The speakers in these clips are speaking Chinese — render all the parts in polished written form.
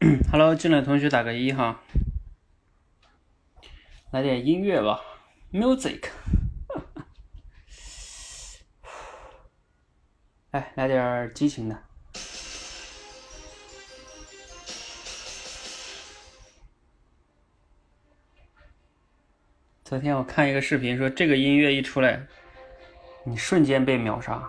Hello，进来的同学打个一哈，来点音乐吧，music，来点激情的。昨天我看一个视频说，这个音乐一出来，你瞬间被秒杀。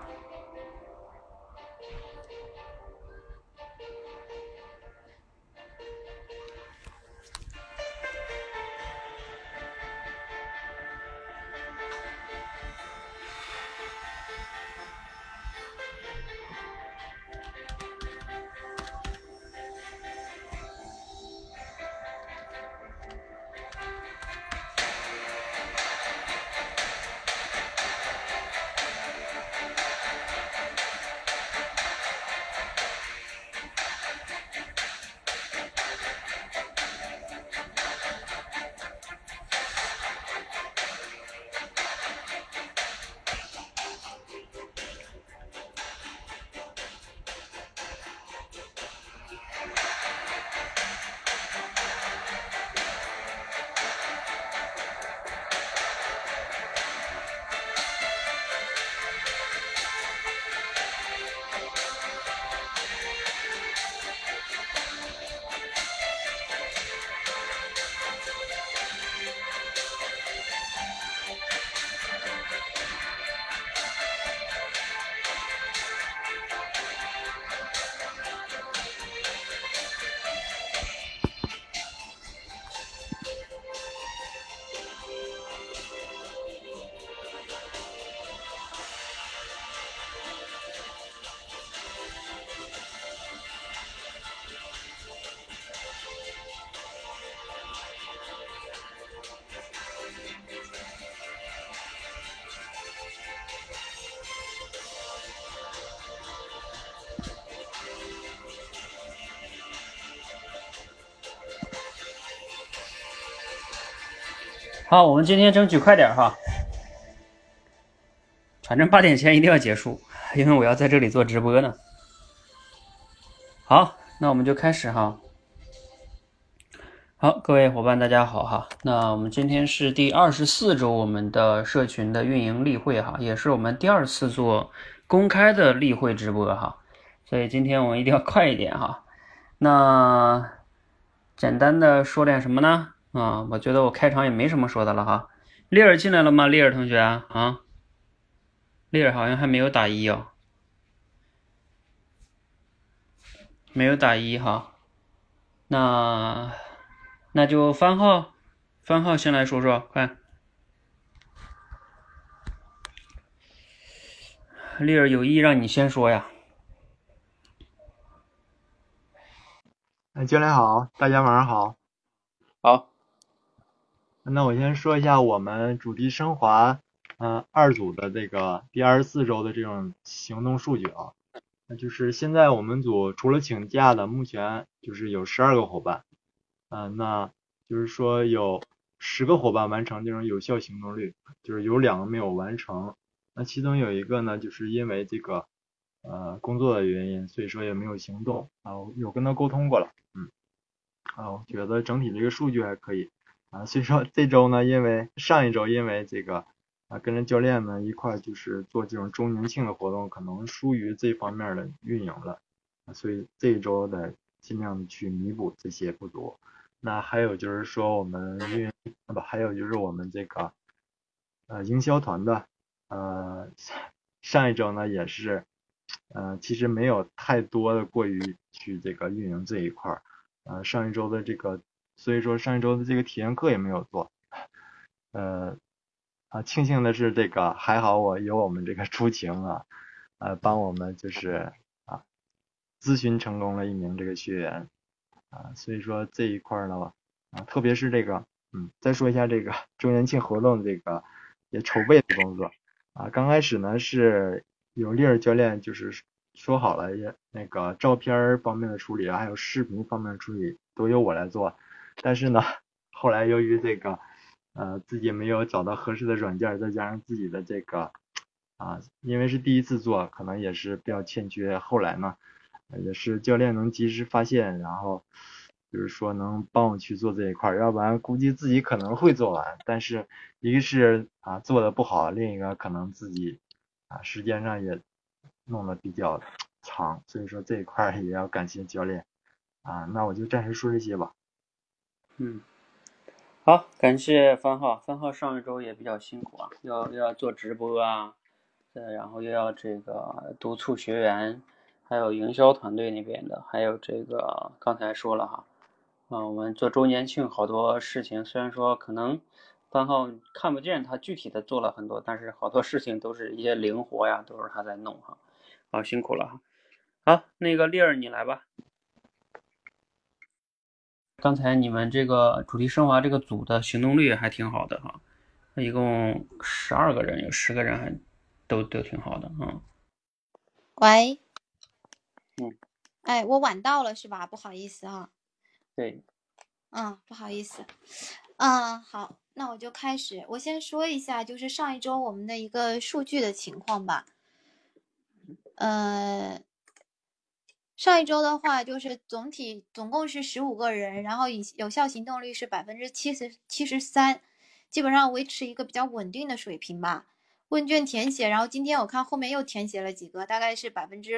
好，我们今天争取快点哈，反正8点前一定要结束，因为我要在这里做直播呢。好，那我们就开始哈。好，各位伙伴大家好哈。那我们今天是第24周我们的社群的运营例会哈，也是我们第2次做公开的例会直播哈，所以今天我们一定要快一点哈。那简单的说点什么呢？我觉得我开场也没什么说的了哈。丽尔进来了吗？丽尔同学啊，丽尔好像还没有打一哦，没有打一哈。那就番号先来说说，快。丽尔有意让你先说呀。 教练好，大家晚上好。 好， 那我先说一下我们主题升华，二组的这个第24周的这种行动数据啊。那就是现在我们组除了请假的，目前就是有12个伙伴，那就是说有10个伙伴完成这种有效行动率，就是有2个没有完成。那其中有一个呢，就是因为这个工作的原因，所以说也没有行动啊，有跟他沟通过了，我觉得整体这个数据还可以所以说这周呢，因为上一周因为这个跟着教练们一块就是做这种周年庆的活动，可能疏于这方面的运营了，所以这一周得尽量去弥补这些不足。那还有就是说我们还有就是我们这个营销团的上一周呢也是其实没有太多的过于去这个运营这一块上一周的这个，所以说上一周的这个体验课也没有做，呃庆幸的是这个还好我们这个出勤帮我们就是咨询成功了一名这个学员所以说这一块呢特别是这个再说一下这个周年庆活动这个也筹备的工作刚开始呢是有丽儿教练就是说好了那个照片方面的处理还有视频方面的处理都由我来做，但是呢后来由于这个自己没有找到合适的软件，再加上自己的这个因为是第一次做，可能也是比较欠缺。后来呢，也是教练能及时发现，然后就是说能帮我去做这一块儿，要不然估计自己可能会做完，但是一个是做的不好，另一个可能自己时间上也弄得比较长，所以说这一块儿也要感谢教练那我就暂时说这些吧。 嗯，好，感谢番号。番号上一周也比较辛苦啊，又要做直播啊，然后又要这个督促学员，还有营销团队那边的，还有这个刚才说了哈，我们做周年庆好多事情，虽然说可能番号看不见他具体的做了很多，但是好多事情都是一些灵活呀，都是他在弄哈。好，辛苦了哈。好，那个丽儿你来吧。刚才你们这个主题升华这个组的行动力还挺好的哈，一共12个人，有10个人还都挺好的啊。 喂，哎，我晚到了是吧？不好意思啊。 对， 不好意思。好，那我就开始。我先说一下，就是上一周我们的一个数据的情况吧。上一周的话，就是总共是15个人，然后有效行动率是73%，基本上维持一个比较稳定的水平吧。问卷填写，然后今天我看后面又填写了几个，大概是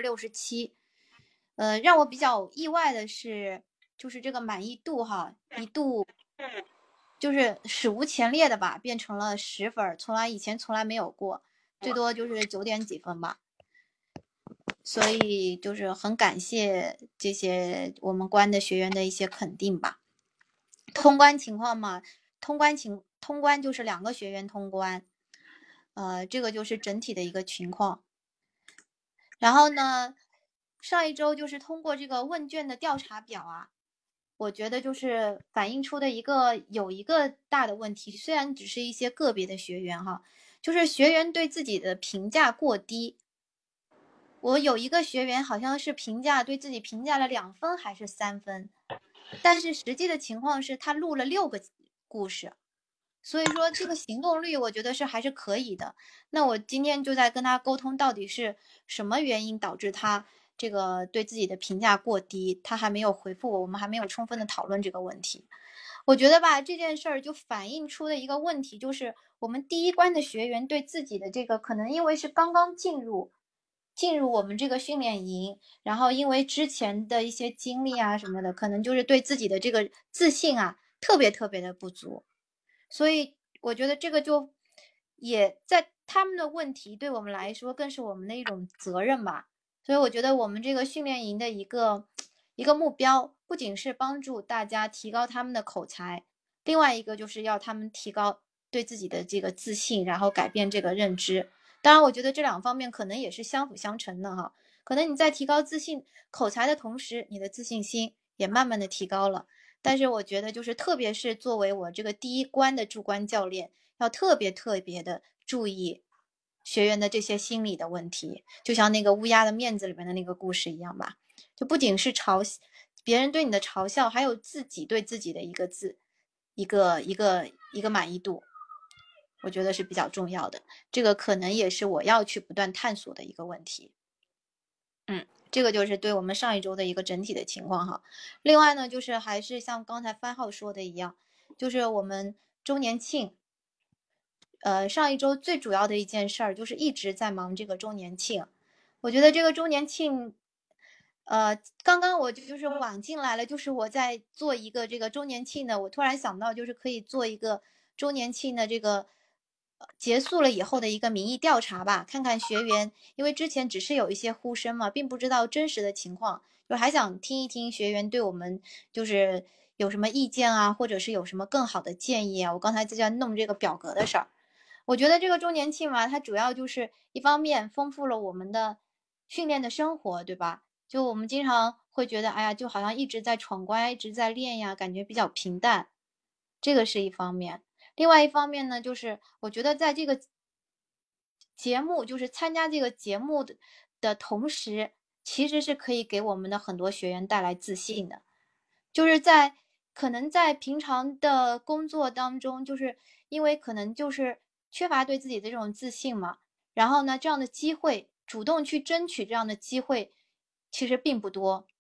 67%。让我比较意外的是，就是这个满意度哈，一度就是史无前例的吧，变成了10分，以前从来没有过，最多就是9点几分吧。所以就是很感谢这些我们关的学员的一些肯定吧。通关情况嘛，通关就是2个学员通关，这个就是整体的一个情况。然后呢，上一周就是通过这个问卷的调查表啊，我觉得就是反映出的有一个大的问题，虽然只是一些个别的学员哈，就是学员对自己的评价过低。我有一个学员好像是对自己评价了2分还是3分，但是实际的情况是他录了6个故事，所以说这个行动力我觉得还是可以的。那我今天就在跟他沟通，到底是什么原因导致他这个对自己的评价过低，他还没有回复我，我们还没有充分的讨论这个问题。我觉得吧，这件事儿就反映出的一个问题，就是我们第一关的学员对自己的这个可能因为是刚刚进入我们这个训练营，然后因为之前的一些经历啊什么的，可能就是对自己的这个自信啊特别特别的不足，所以我觉得这个就也在他们的问题，对我们来说更是我们的一种责任吧。所以我觉得我们这个训练营的一个目标，不仅是帮助大家提高他们的口才，另外一个就是要他们提高对自己的这个自信，然后改变这个认知。当然，我觉得这2方面可能也是相辅相成的哈。可能你在提高自信、口才的同时，你的自信心也慢慢的提高了。但是我觉得，就是特别是作为我这个第一关的驻关教练，要特别特别的注意学员的这些心理的问题，就像那个乌鸦的面子里面的那个故事一样吧。就不仅是别人对你的嘲笑，还有自己对自己的一个满意度。我觉得是比较重要的，这个可能也是我要去不断探索的一个问题。这个就是对我们上一周的一个整体的情况哈。另外呢，就是还是像刚才番号说的一样，就是我们周年庆，上一周最主要的一件事儿就是一直在忙这个周年庆。我觉得这个周年庆，刚刚我就是晚进来了，就是我在做一个这个周年庆的，我突然想到就是可以做一个周年庆的这个结束了以后的一个民意调查吧，看看学员，因为之前只是有一些呼声嘛，并不知道真实的情况，就还想听一听学员对我们就是有什么意见啊，或者是有什么更好的建议啊。我刚才在弄这个表格的事儿。我觉得这个周年庆嘛，它主要就是一方面丰富了我们的训练的生活，对吧？就我们经常会觉得，哎呀，就好像一直在闯关，一直在练呀，感觉比较平淡，这个是一方面。另外一方面呢，就是我觉得在这个节目，就是参加这个节目的同时，其实是可以给我们的很多学员带来自信的。就是可能在平常的工作当中，就是因为可能就是缺乏对自己的这种自信嘛，然后呢，这样的机会主动去争取这样的机会，其实并不多。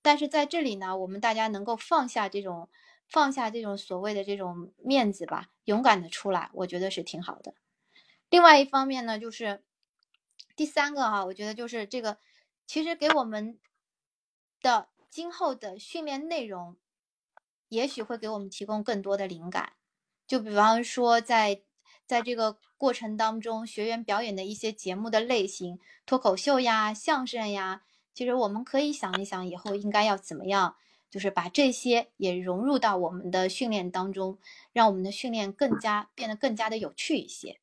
但是在这里呢，我们大家能够放下这种所谓的这种面子吧，勇敢的出来，我觉得是挺好的。另外一方面呢，就是第三个我觉得就是这个，其实给我们的今后的训练内容，也许会给我们提供更多的灵感。就比方说在这个过程当中，学员表演的一些节目的类型，脱口秀呀、相声呀，其实我们可以想一想，以后应该要怎么样，就是把这些也融入到我们的训练当中，让我们的训练变得更加的有趣一些。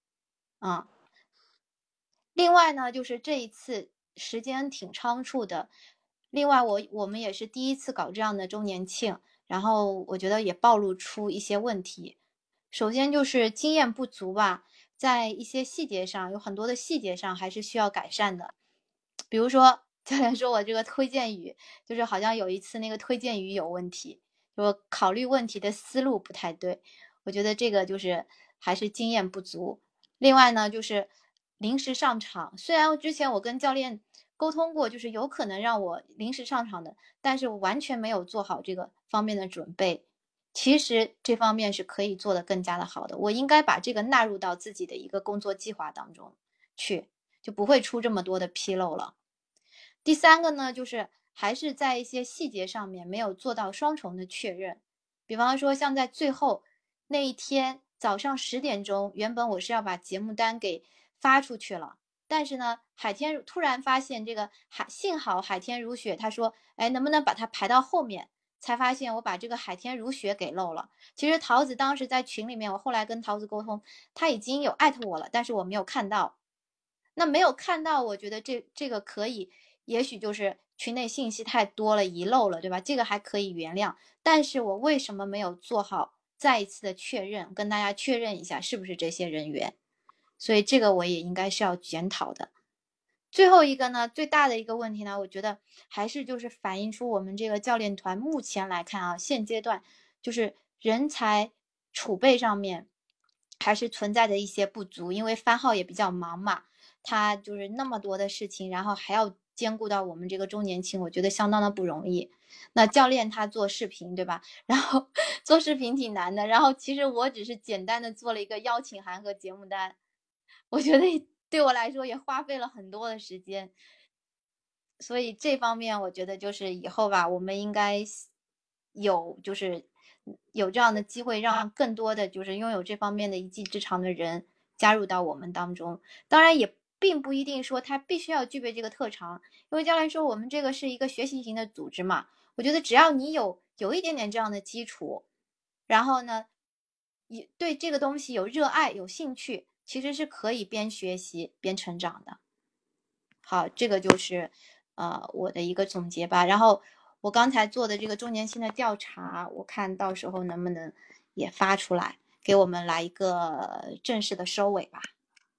另外呢，就是这一次时间挺仓促的，另外我们也是第一次搞这样的周年庆，然后我觉得也暴露出一些问题。首先就是经验不足吧，在一些细节上，有很多的细节上还是需要改善的。比如说，教练说我这个推荐语，就是好像有一次那个推荐语有问题，就考虑问题的思路不太对。我觉得这个就是还是经验不足。另外呢，就是临时上场，虽然之前我跟教练沟通过，就是有可能让我临时上场的，但是我完全没有做好这个方面的准备。其实这方面是可以做得更加的好的，我应该把这个纳入到自己的一个工作计划当中去，就不会出这么多的纰漏了。第三个呢，就是还是在一些细节上面没有做到双重的确认，比方说像在最后那一天早上10点钟，原本我是要把节目单给发出去了，但是呢，海天突然发现这个幸好海天如雪他说，哎，能不能把它排到后面？才发现我把这个海天如雪给漏了。其实桃子当时在群里面，我后来跟桃子沟通，他已经有艾特我了，但是我没有看到。那没有看到，我觉得这个可以，也许就是群内信息太多了，遗漏了，对吧？这个还可以原谅。但是我为什么没有做好再一次的确认，跟大家确认一下是不是这些人员？所以这个我也应该是要检讨的。最后一个呢，最大的一个问题呢，我觉得还是就是反映出我们这个教练团目前来看现阶段就是人才储备上面还是存在着一些不足，因为番号也比较忙嘛，他就是那么多的事情，然后还要兼顾到我们这个周年庆，我觉得相当的不容易。那教练他做视频，对吧？然后做视频挺难的，然后其实我只是简单的做了一个邀请函和节目单，我觉得对我来说也花费了很多的时间，所以这方面我觉得就是以后吧，我们应该就是有这样的机会，让更多的就是拥有这方面的一技之长的人加入到我们当中。当然也并不一定说他必须要具备这个特长，因为教练说我们这个是一个学习型的组织嘛，我觉得只要你有一点点这样的基础，然后呢，你对这个东西有热爱、有兴趣，其实是可以边学习边成长的。好，这个就是我的一个总结吧。然后我刚才做的这个周年庆的调查，我看到时候能不能也发出来，给我们来一个正式的收尾吧。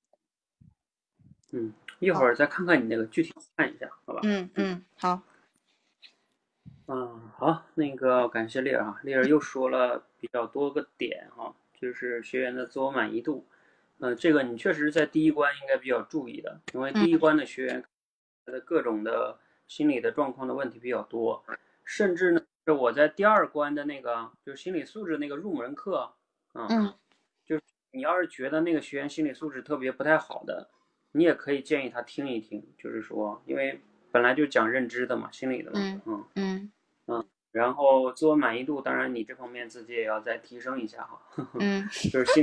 一会儿再看看你那个具体看一下，好吧？ 好。 好，那个感谢丽儿哈，丽儿又说了比较多个点哈，就是学员的自我满意度。这个你确实在第一关应该比较注意的，因为第一关的学员他的各种的心理的状况的问题比较多，甚至呢是我在第二关的那个就是心理素质那个入门课就是你要是觉得那个学员心理素质特别不太好的，你也可以建议他听一听，就是说因为本来就讲认知的嘛，心理的嘛，然后自我满意度，当然你这方面自己也要再提升一下哈，就是心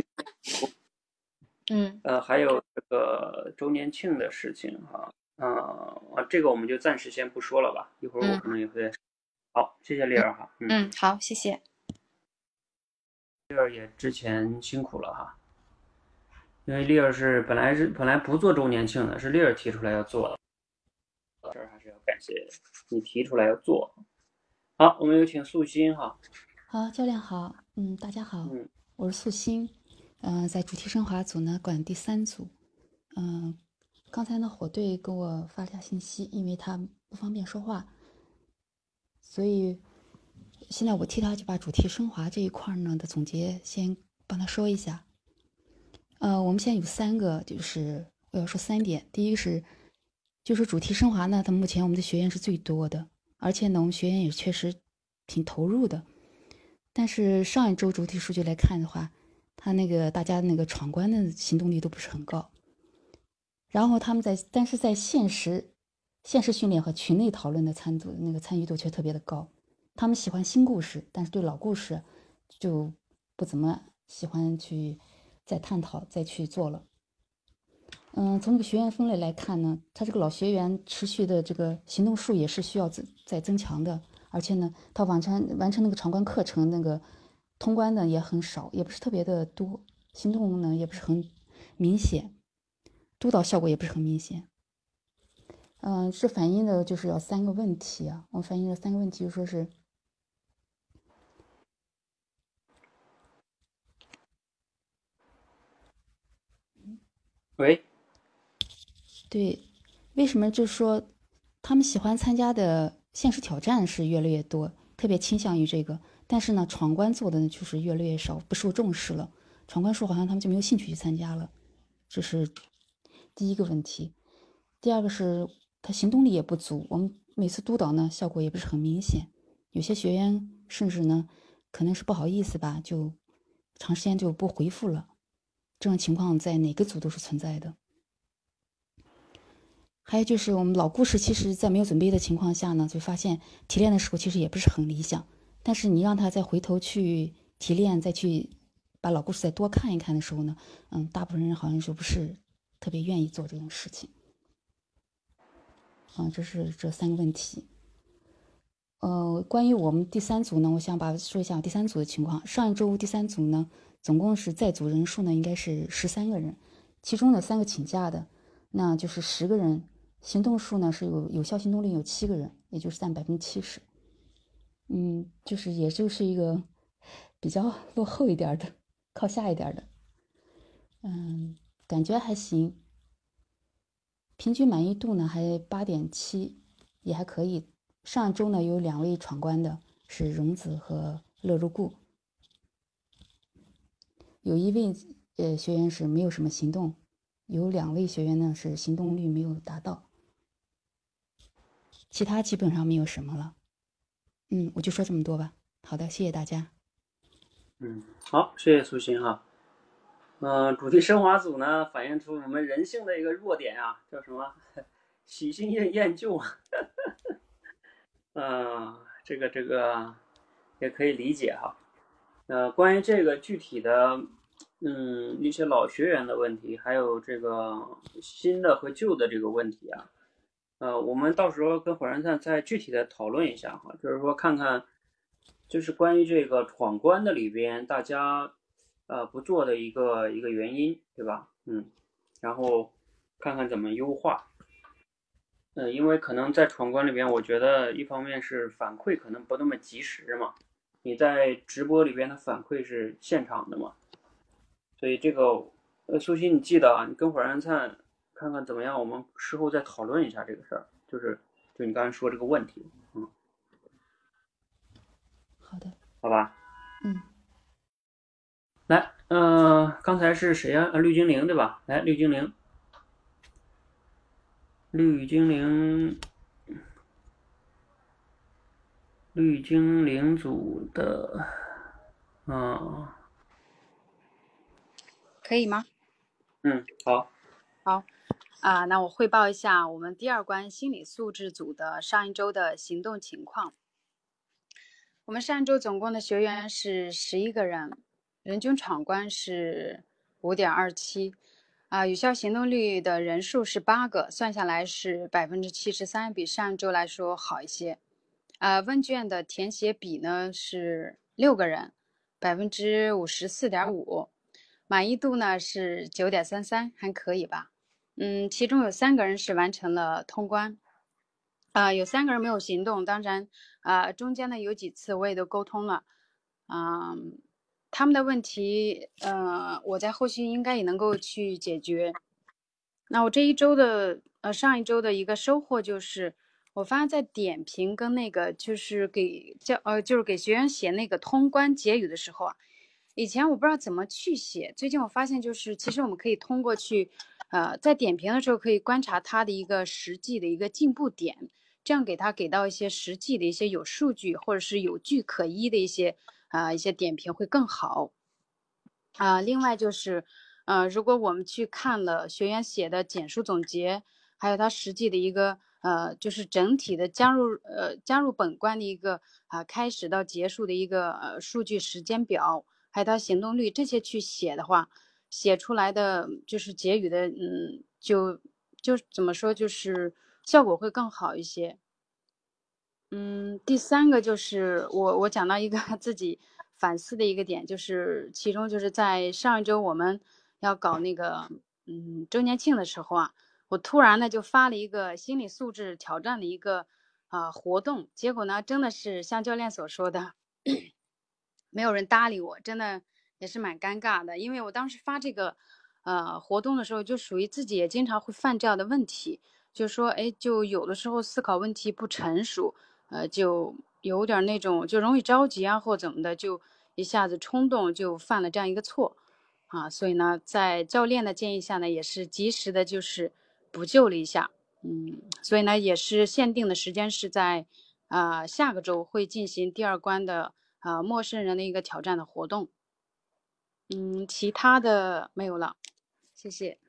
还有这个周年庆的事情哈，这个我们就暂时先不说了吧，一会儿我可能也会。好，谢谢丽儿哈。 好，谢谢。 丽儿也之前辛苦了哈，因为丽儿是本来不做周年庆的，是丽儿提出来要做的，这儿还是要感谢你提出来要做。好，我们有请素心哈。 好，教练好，大家好，我是素心，在主题升华组呢管第3组，刚才呢火队给我发了下信息，因为他不方便说话，所以现在我替他就把主题升华这一块呢的总结先帮他说一下。我们现在有3个，就是我要说3点，第一是就是主题升华呢，它目前我们的学员是最多的， 而且呢，我们学员也确实挺投入的。但是上一周主体数据来看的话，他那个大家那个闯关的行动力都不是很高。然后他们但是在现实训练和群内讨论的参与度却特别的高。他们喜欢新故事，但是对老故事就不怎么喜欢去再探讨再去做了。从这个学员分类来看呢，他这个老学员持续的这个行动数也是需要再增强的，而且呢，他完成那个闯关课程那个通关的也很少，也不是特别的多，行动呢也不是很明显，督导效果也不是很明显。这反映的就是要3个问题啊，我反映了3个问题，就说是， 喂， 对，为什么就是说他们喜欢参加的现实挑战是越来越多，特别倾向于这个，但是呢，闯关做的呢就是越来越少，不受重视了。闯关数好像他们就没有兴趣去参加了，这是第一个问题。第二个是他行动力也不足，我们每次督导呢效果也不是很明显，有些学员甚至呢可能是不好意思吧，就长时间就不回复了。这种情况在哪个组都是存在的。还有就是我们老故事，其实在没有准备的情况下呢，就发现提炼的时候其实也不是很理想。但是你让他再回头去提炼，再去把老故事再多看一看的时候呢，大部分人好像就不是特别愿意做这种事情。这是这3个问题。关于我们第3组呢，我想说一下第3组的情况。上一周第3组呢，总共是在组人数呢应该是13个人，其中的3个请假的，那就是10个人。行动数呢是有效行动力有7个人，也就是占70%。也就是一个比较落后一点的，靠下一点的。感觉还行。平均满意度呢还8.7，也还可以。上周呢有2位闯关的，是荣子和乐如故。有1位学员是没有什么行动，有2位学员呢是行动率没有达到。其他基本上没有什么了。我就说这么多吧。好的，谢谢大家。 好，谢谢苏鑫哈。主题升华组呢反映出我们人性的一个弱点啊，叫什么？喜新厌旧。这个也可以理解哈。关于这个具体的一些老学员的问题，还有这个新的和旧的这个问题啊，我们到时候跟火山站再具体的讨论一下哈，就是说看看，就是关于这个闯关的里边，大家不做的一个原因，对吧？然后看看怎么优化。因为可能在闯关里边，我觉得一方面是反馈可能不那么及时嘛，你在直播里边的反馈是现场的嘛，所以这个苏鑫你记得啊，你跟火山灿看看怎么样，我们事后再讨论一下这个事儿，就你刚才说这个问题。 好的， 好吧。来，刚才是谁呀？绿精灵对吧？来，绿精灵组的， 可以吗？ 好。 好那我汇报一下我们第2关心理素质组的上一周的行动情况。我们上一周总共的学员是11个人，人均闯关是5.27，有效行动力的人数是8个，算下来是73%，比上一周来说好一些。问卷的填写比呢是6个人，54.5%，满意度呢是9.33，还可以吧。其中有3个人是完成了通关，有3个人没有行动，当然中间呢有几次我也都沟通了，他们的问题我在后续应该也能够去解决。那我这一周的上一周的一个收获就是，我发现在点评跟那个就是给学员写那个通关结语的时候啊，以前我不知道怎么去写，最近我发现就是其实我们可以通过去在点评的时候可以观察他的一个实际的一个进步点， 这样给他给到一些实际的一些有数据或者是有据可依的一些点评会更好。另外就是如果我们去看了学员写的简述总结，还有他实际的一个就是整体的加入本关的一个开始到结束的一个数据时间表，还有他行动率这些去写的话，写出来的就是结语的就怎么说，就是效果会更好一些。第三个就是我讲到一个自己反思的一个点，就是其中就是在上一周我们要搞那个周年庆的时候啊，我突然呢就发了一个心理素质挑战的一个活动，结果呢真的是像教练所说的没有人搭理我，真的也是蛮尴尬的。因为我当时发这个活动的时候，就属于自己也经常会犯这样的问题，就是说就有的时候思考问题不成熟，就有点那种就容易着急啊或怎么的，就一下子冲动就犯了这样一个错所以呢在教练的建议下呢，也是及时的就是补救了一下。所以呢也是限定的时间是在下个周会进行第2关的陌生人的一个挑战的活动。其他的没有了，谢谢。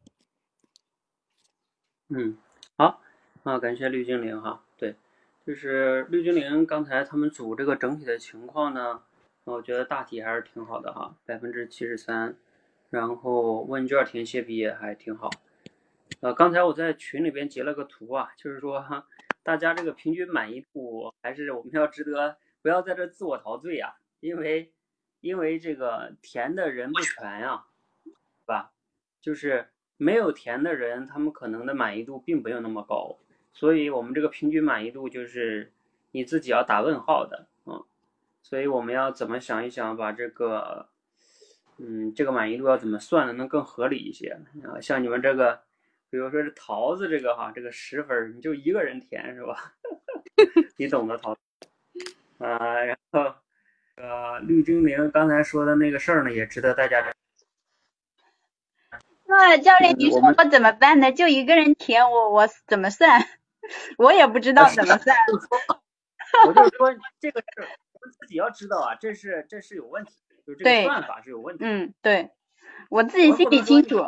好，感谢绿精灵哈。对，就是绿精灵刚才他们组这个整体的情况呢，我觉得大体还是挺好的哈，73%，然后问卷填写比也还挺好。刚才我在群里边截了个图啊，就是说大家这个平均满意度还是我们要值得，不要在这自我陶醉啊，因为这个填的人不全呀，对吧？就是没有填的人，他们可能的满意度并没有那么高，所以我们这个平均满意度就是你自己要打问号的所以我们要怎么想一想，把这个这个满意度要怎么算的能更合理一些像你们这个比如说是桃子这个这个10分你就一个人填是吧你懂得桃子然后绿精灵刚才说的那个事儿呢也值得大家教练你说我怎么办呢？就一个人填我怎么算？我也不知道怎么算。 我就说这个事我们自己要知道啊，这是有问题，就是这个算法是有问题。 对，我自己心里清楚。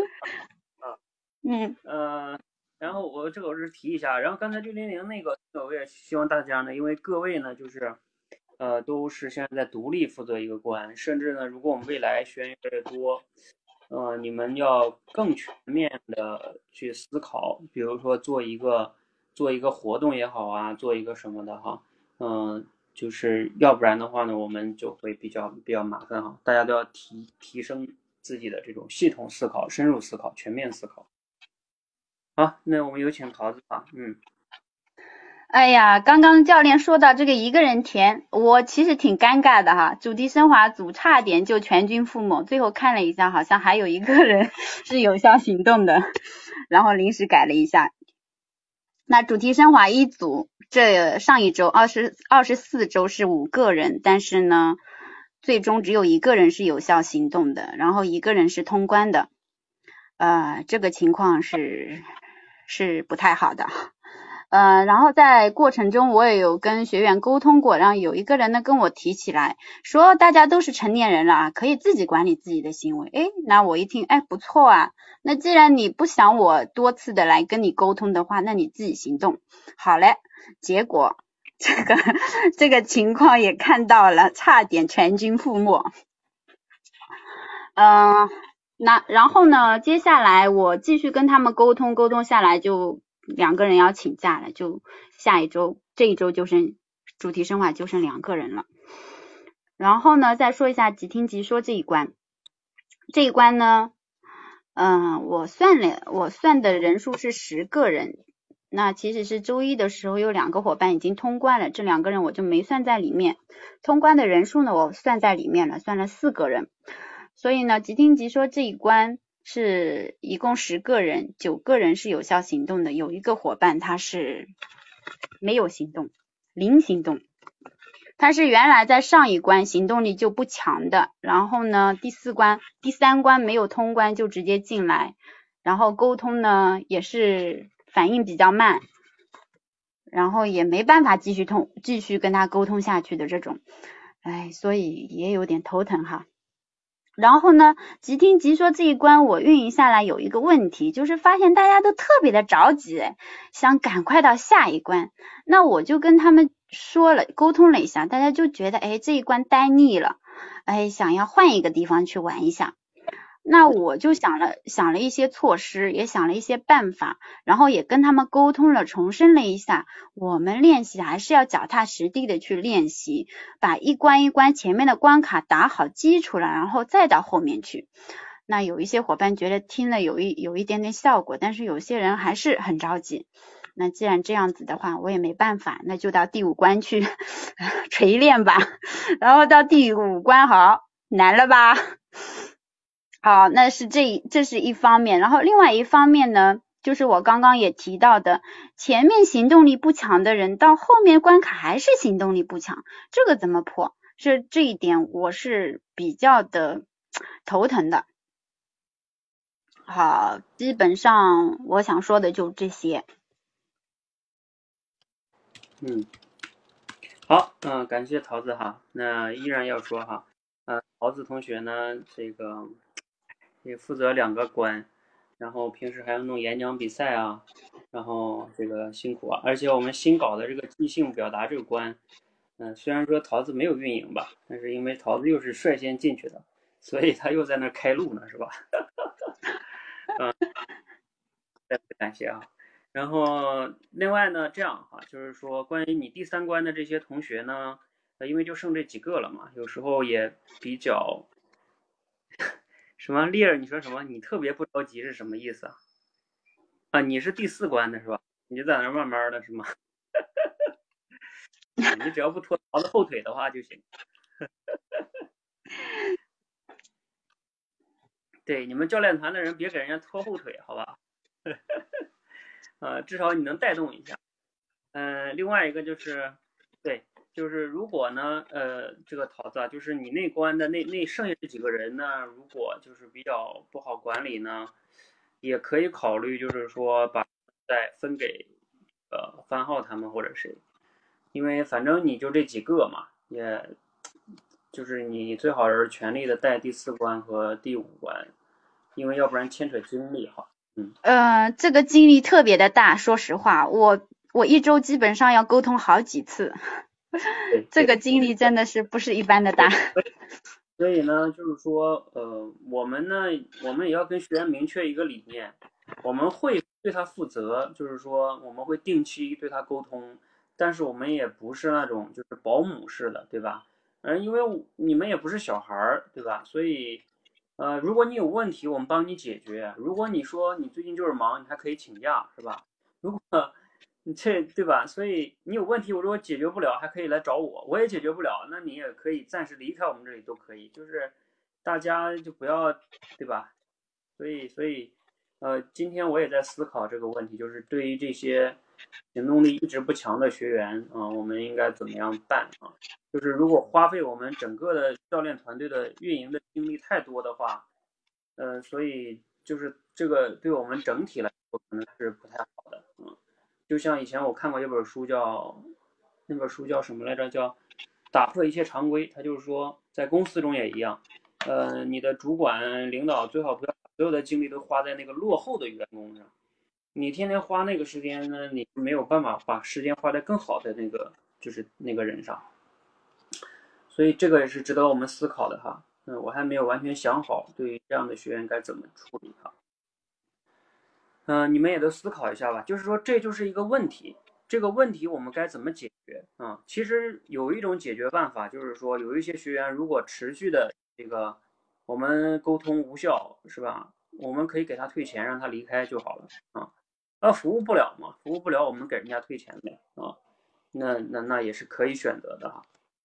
然后我是提一下，然后刚才600那个我也希望大家呢，因为各位呢就是都是现在在独立负责一个关，甚至呢如果我们未来学员越来越多你们要更全面的去思考，比如说做一个活动也好啊，做一个什么的哈就是要不然的话呢我们就会比较麻烦哈，大家都要提升自己的这种系统思考、深入思考、全面思考。好，那我们有请桃子吧。 哎呀，刚刚教练说到这个一个人填，我其实挺尴尬的哈。主题升华组差点就全军覆没，最后看了一下，好像还有一个人是有效行动的，然后临时改了一下。那主题升华一组，这上一周24周是5个人，但是呢，最终只有1个人是有效行动的，然后1个人是通关的。这个情况是不太好的。然后在过程中我也有跟学员沟通过，然后有一个人呢跟我提起来说大家都是成年人了可以自己管理自己的行为。那我一听不错啊，那既然你不想我多次的来跟你沟通的话，那你自己行动。好嘞，结果这个情况也看到了，差点全军覆没。然后呢接下来我继续跟他们沟通下来，就2个人要请假了，就下一周这一周就剩主题升华就剩2个人了。然后呢再说一下即听即说这一关呢我算的人数是10个人，那其实是周一的时候有2个伙伴已经通关了，这2个人我就没算在里面，通关的人数呢我算在里面了，算了4个人。所以呢即听即说这一关是一共10个人，9个人是有效行动的，有一个伙伴他是没有行动，零行动，他是原来在上一关行动力就不强的，然后呢第3关没有通关就直接进来，然后沟通呢也是反应比较慢， 然后也没办法继续跟他沟通下去的这种，所以也有点头疼哈。然后呢，即听即说这一关我运营下来有一个问题，就是发现大家都特别的着急，想赶快到下一关。那我就跟他们沟通了一下，大家就觉得这一关待腻了，想要换一个地方去玩一下。那我就想了一些措施，也想了一些办法，然后也跟他们沟通了，重申了一下，我们练习还是要脚踏实地的去练习，把一关一关前面的关卡打好基础了，然后再到后面去。那有一些伙伴觉得听了有一点点效果，但是有些人还是很着急。那既然这样子的话，我也没办法，那就到第5关去锤炼吧。然后到第5关，好难了吧？好，那是这是一方面，然后另外一方面呢，就是我刚刚也提到的，前面行动力不强的人到后面关卡还是行动力不强，这个怎么破？这一点我是比较的头疼的。好，基本上我想说的就这些。 好，感谢桃子哈。那依然要说哈，桃子同学呢，这个也负责2个关，然后平时还要弄演讲比赛啊，然后这个辛苦啊。而且我们新搞的这个即兴表达这个关，虽然说桃子没有运营吧，但是因为桃子又是率先进去的，所以他又在那开路呢，是吧？再次感谢啊。然后另外呢，这样哈，就是说关于你第3关的这些同学呢，因为就剩这几个了嘛，有时候也比较什么丽儿，你说什么？你特别不着急是什么意思啊？你是第4关的是吧？你就在那慢慢的是吗？你只要不拖桃子后腿的话就行。对，你们教练团的人别给人家拖后腿，好吧？至少你能带动一下。另外一个就是，对，就是如果呢，这个桃子啊，就是你那关的那剩下这几个人呢，如果就是比较不好管理呢，也可以考虑就是说把再分给番号他们或者谁，因为反正你就这几个嘛，也就是你最好是全力的带第4关和第5关，因为要不然牵扯精力哈。 这个精力特别的大，说实话，我1周基本上要沟通好几次，这个精力真的是不是一般的大。 所以呢，就是说，我们也要跟学员明确一个理念，我们会对他负责，就是说我们会定期对他沟通，但是我们也不是那种就是保姆式的，对吧？因为你们也不是小孩儿，对吧？所以，如果你有问题，我们帮你解决。如果你说你最近就是忙，你还可以请假，是吧？如果你这对吧？所以你有问题，我如果解决不了，还可以来找我，我也解决不了，那你也可以暂时离开我们这里都可以，就是大家就不要，对吧？所以今天我也在思考这个问题，就是对于这些行动力一直不强的学员我们应该怎么样办啊？就是如果花费我们整个的教练团队的运营的精力太多的话，所以就是这个对我们整体来说可能是不太好的。就像以前我看过一本书那本书叫什么来着？叫打破一切常规。它就是说，在公司中也一样，你的主管领导最好不要把所有的精力都花在那个落后的员工上。你天天花那个时间呢，你没有办法把时间花在更好的就是那个人上。所以这个也是值得我们思考的哈。我还没有完全想好对于这样的学员该怎么处理哈。你们也都思考一下吧，就是说这就是一个问题，这个问题我们该怎么解决啊？其实有一种解决办法，就是说有一些学员如果持续的这个我们沟通无效，是吧？我们可以给他退钱，让他离开就好了啊。服务不了嘛，服务不了我们给人家退钱呗啊。那也是可以选择的哈。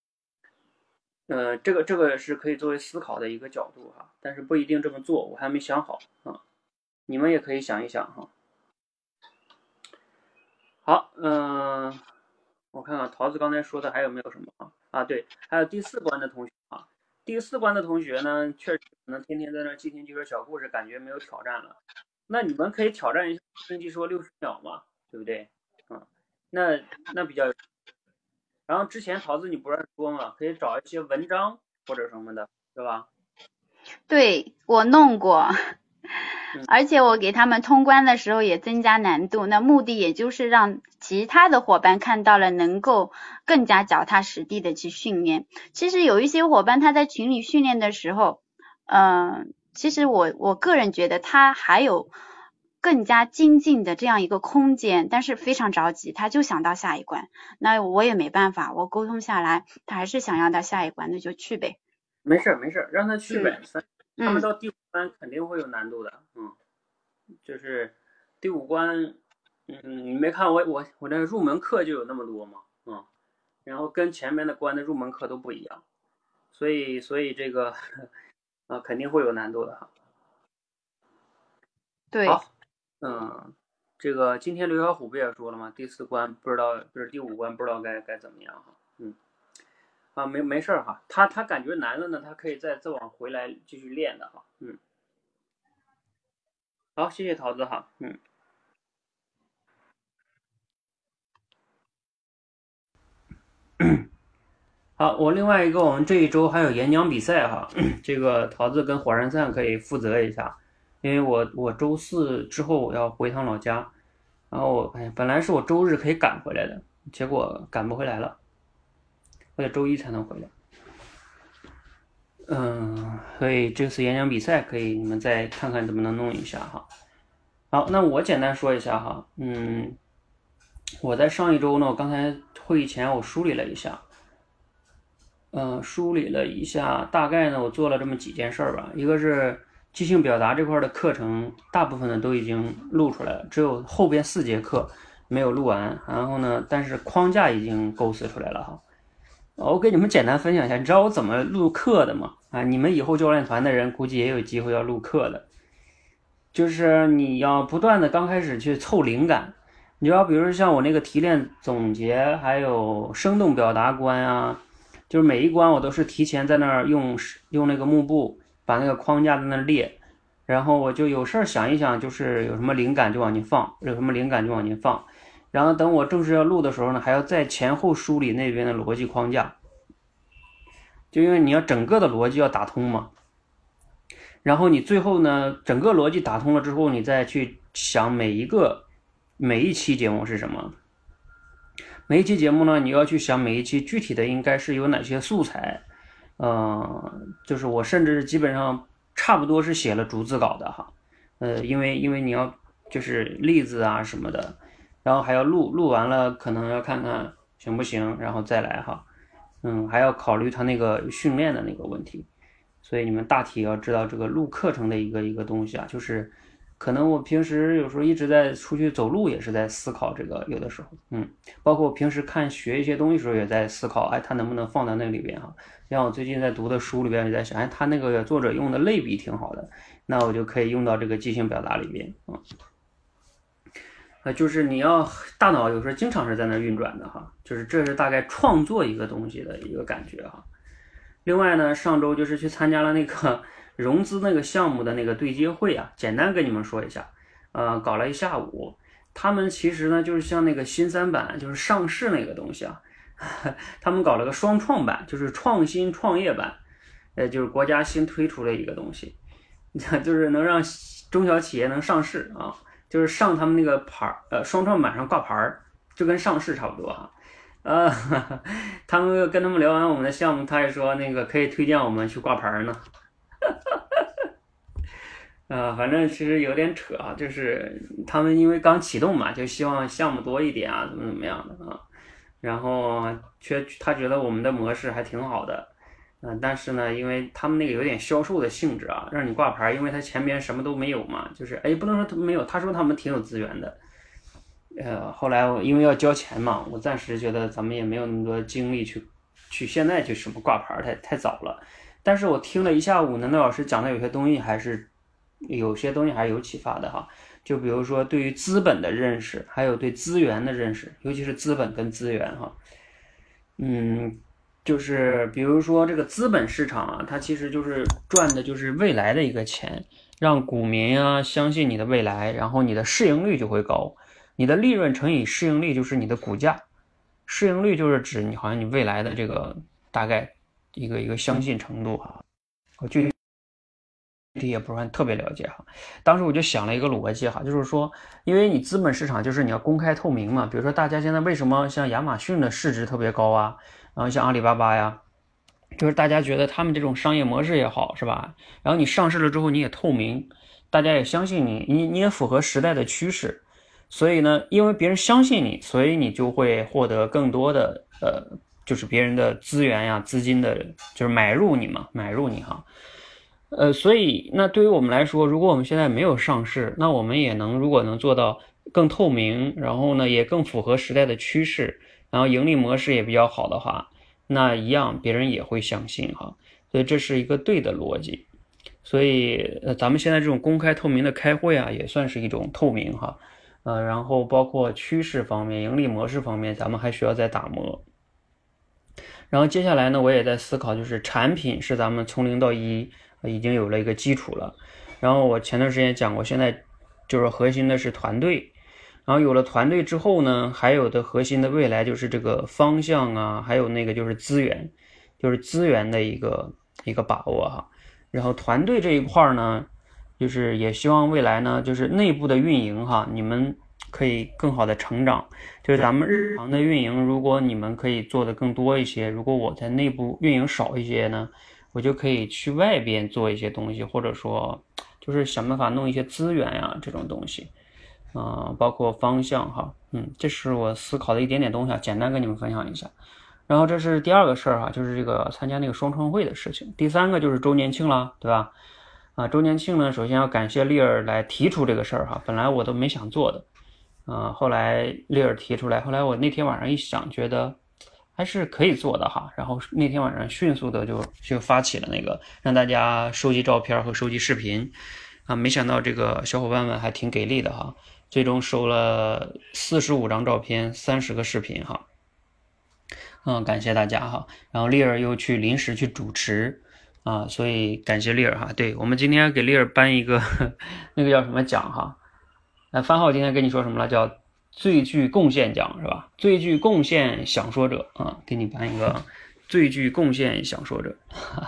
这个是可以作为思考的一个角度哈，但是不一定这么做，我还没想好啊。你们也可以想一想哈。好，我看看桃子刚才说的还有没有什么啊？对，还有第4关的同学啊。第4关的同学呢，确实可能天天在那即听即说小故事，感觉没有挑战了。那你们可以挑战一下即听即说60秒嘛，对不对？ 那比较。然后之前桃子你不是说嘛，可以找一些文章或者什么的，对吧？ 对，我弄过，而且我给他们通关的时候也增加难度，那目的也就是让其他的伙伴看到了能够更加脚踏实地的去训练。其实有一些伙伴他在群里训练的时候，其实我个人觉得他还有更加精进的这样一个空间，但是非常着急，他就想到下一关，那我也没办法，我沟通下来，他还是想要到下一关，那就去呗。 没事，让他去呗。他们到第5关肯定会有难度的，就是第5关，你没看我那入门课就有那么多嘛，然后跟前面的关的入门课都不一样，所以这个肯定会有难度的哈。 对。 好，这个今天刘小虎不也说了吗？第4关不是第5关不知道该怎么样哈，没事哈，他感觉难了呢，他可以再往回来继续练的哈，好，谢谢桃子哈，好，我另外一个我们这一周还有演讲比赛哈，这个桃子跟火山散可以负责一下，因为我周4之后我要回趟老家，然后本来是我周日可以赶回来的，结果赶不回来了，我得周1才能回来。所以这次演讲比赛可以你们再看看怎么能弄一下哈。好，那我简单说一下哈，我在上一周呢，我刚才会议前我梳理了一下，大概呢我做了这么几件事吧。一个是即兴表达这块的课程，大部分的都已经录出来了，只有后边4节课没有录完，然后呢，但是框架已经构思出来了哈。我给你们简单分享一下，你知道我怎么录课的吗？你们以后教练团的人估计也有机会要录课的，就是你要不断的刚开始去凑灵感，你知道，比如说像我那个提炼总结，还有生动表达关啊，就是每一关我都是提前在那儿用那个幕布把那个框架在那列，然后我就有事儿想一想，就是有什么灵感就往进放，然后等我正式要录的时候呢，还要在前后梳理那边的逻辑框架，就因为你要整个的逻辑要打通嘛，然后你最后呢整个逻辑打通了之后，你再去想每一期节目是什么，每一期节目呢你要去想每一期具体的应该是有哪些素材，就是我甚至基本上差不多是写了逐字稿的哈，因为你要就是例子啊什么的，然后还要录完了可能要看看行不行，然后再来哈，还要考虑他那个训练的那个问题，所以你们大体要知道这个录课程的一个东西啊，就是可能我平时有时候一直在出去走路也是在思考这个，有的时候包括我平时学一些东西的时候也在思考，它能不能放在那里边哈，像我最近在读的书里边也在想，他那个作者用的类比挺好的，那我就可以用到这个即兴表达里边就是你要大脑有时候经常是在那运转的哈，就是这是大概创作一个东西的一个感觉哈。另外呢，上周就是去参加了那个融资那个项目的那个对接会啊，简单跟你们说一下，搞了一下午。他们其实呢就是像那个新3板，就是上市那个东西啊，他们搞了个双创版，就是创新创业版，就是国家新推出的一个东西，就是能让中小企业能上市啊。就是上他们那个牌双创板上挂牌，就跟上市差不多哈。他们跟他们聊完我们的项目，他也说那个可以推荐我们去挂牌呢。反正其实有点扯啊，就是他们因为刚启动嘛，就希望项目多一点啊，怎么样的啊。然后他觉得我们的模式还挺好的。但是呢，因为他们那个有点销售的性质啊，让你挂牌，因为他前边什么都没有嘛，就是不能说他没有，他说他们挺有资源的。后来因为要交钱嘛，我暂时觉得咱们也没有那么多精力去现在去什么挂牌，太早了。但是我听了一下午呢，那老师讲的有些东西还是有启发的哈。就比如说对于资本的认识，还有对资源的认识，尤其是资本跟资源哈。就是比如说这个资本市场啊，它其实就是赚的就是未来的一个钱，让股民啊相信你的未来，然后你的市盈率就会高， 你的利润乘以市盈率就是你的股价，市盈率就是指你好像你未来的这个大概一个相信程度哈。我具体也不是特别了解哈。当时我就想了一个逻辑哈，就是说，因为你资本市场就是你要公开透明嘛，比如说大家现在为什么像亚马逊的市值特别高啊，然后像阿里巴巴呀，就是大家觉得他们这种商业模式也好，是吧？然后你上市了之后你也透明，大家也相信你也符合时代的趋势，所以呢，因为别人相信你，所以你就会获得更多的就是别人的资源呀、资金的，就是买入你哈。所以那对于我们来说，如果我们现在没有上市，那我们也如果能做到更透明，然后呢也更符合时代的趋势，然后盈利模式也比较好的话，那一样别人也会相信哈。所以这是一个对的逻辑。所以咱们现在这种公开透明的开会啊，也算是一种透明哈。然后包括趋势方面、盈利模式方面，咱们还需要再打磨。然后接下来呢，我也在思考，就是产品是咱们从0到1已经有了一个基础了。然后我前段时间讲过，现在就是核心的是团队。然后有了团队之后呢，还有的核心的未来就是这个方向啊，还有那个就是资源，就是资源的一个把握哈。然后团队这一块呢，就是也希望未来呢，就是内部的运营哈，你们可以更好的成长。就是咱们日常的运营，如果你们可以做的更多一些，如果我在内部运营少一些呢，我就可以去外边做一些东西，或者说就是想办法弄一些资源呀这种东西，包括方向哈，这是我思考的一点点东西，简单跟你们分享一下。然后这是第二个事儿哈，就是这个参加那个双创会的事情。第三个就是周年庆了，对吧？周年庆呢，首先要感谢丽儿来提出这个事儿哈，本来我都没想做的，后来丽儿提出来，后来我那天晚上一想，觉得还是可以做的哈，然后那天晚上迅速的就发起了那个让大家收集照片和收集视频没想到这个小伙伴们还挺给力的哈，最终收了45张照片，30个视频哈，感谢大家哈。然后丽儿又临时去主持所以感谢丽儿哈。对，我们今天给丽儿颁一个那个叫什么奖哈？番号今天跟你说什么了？叫最具贡献奖是吧？最具贡献享说者给你颁一个最具贡献享说者。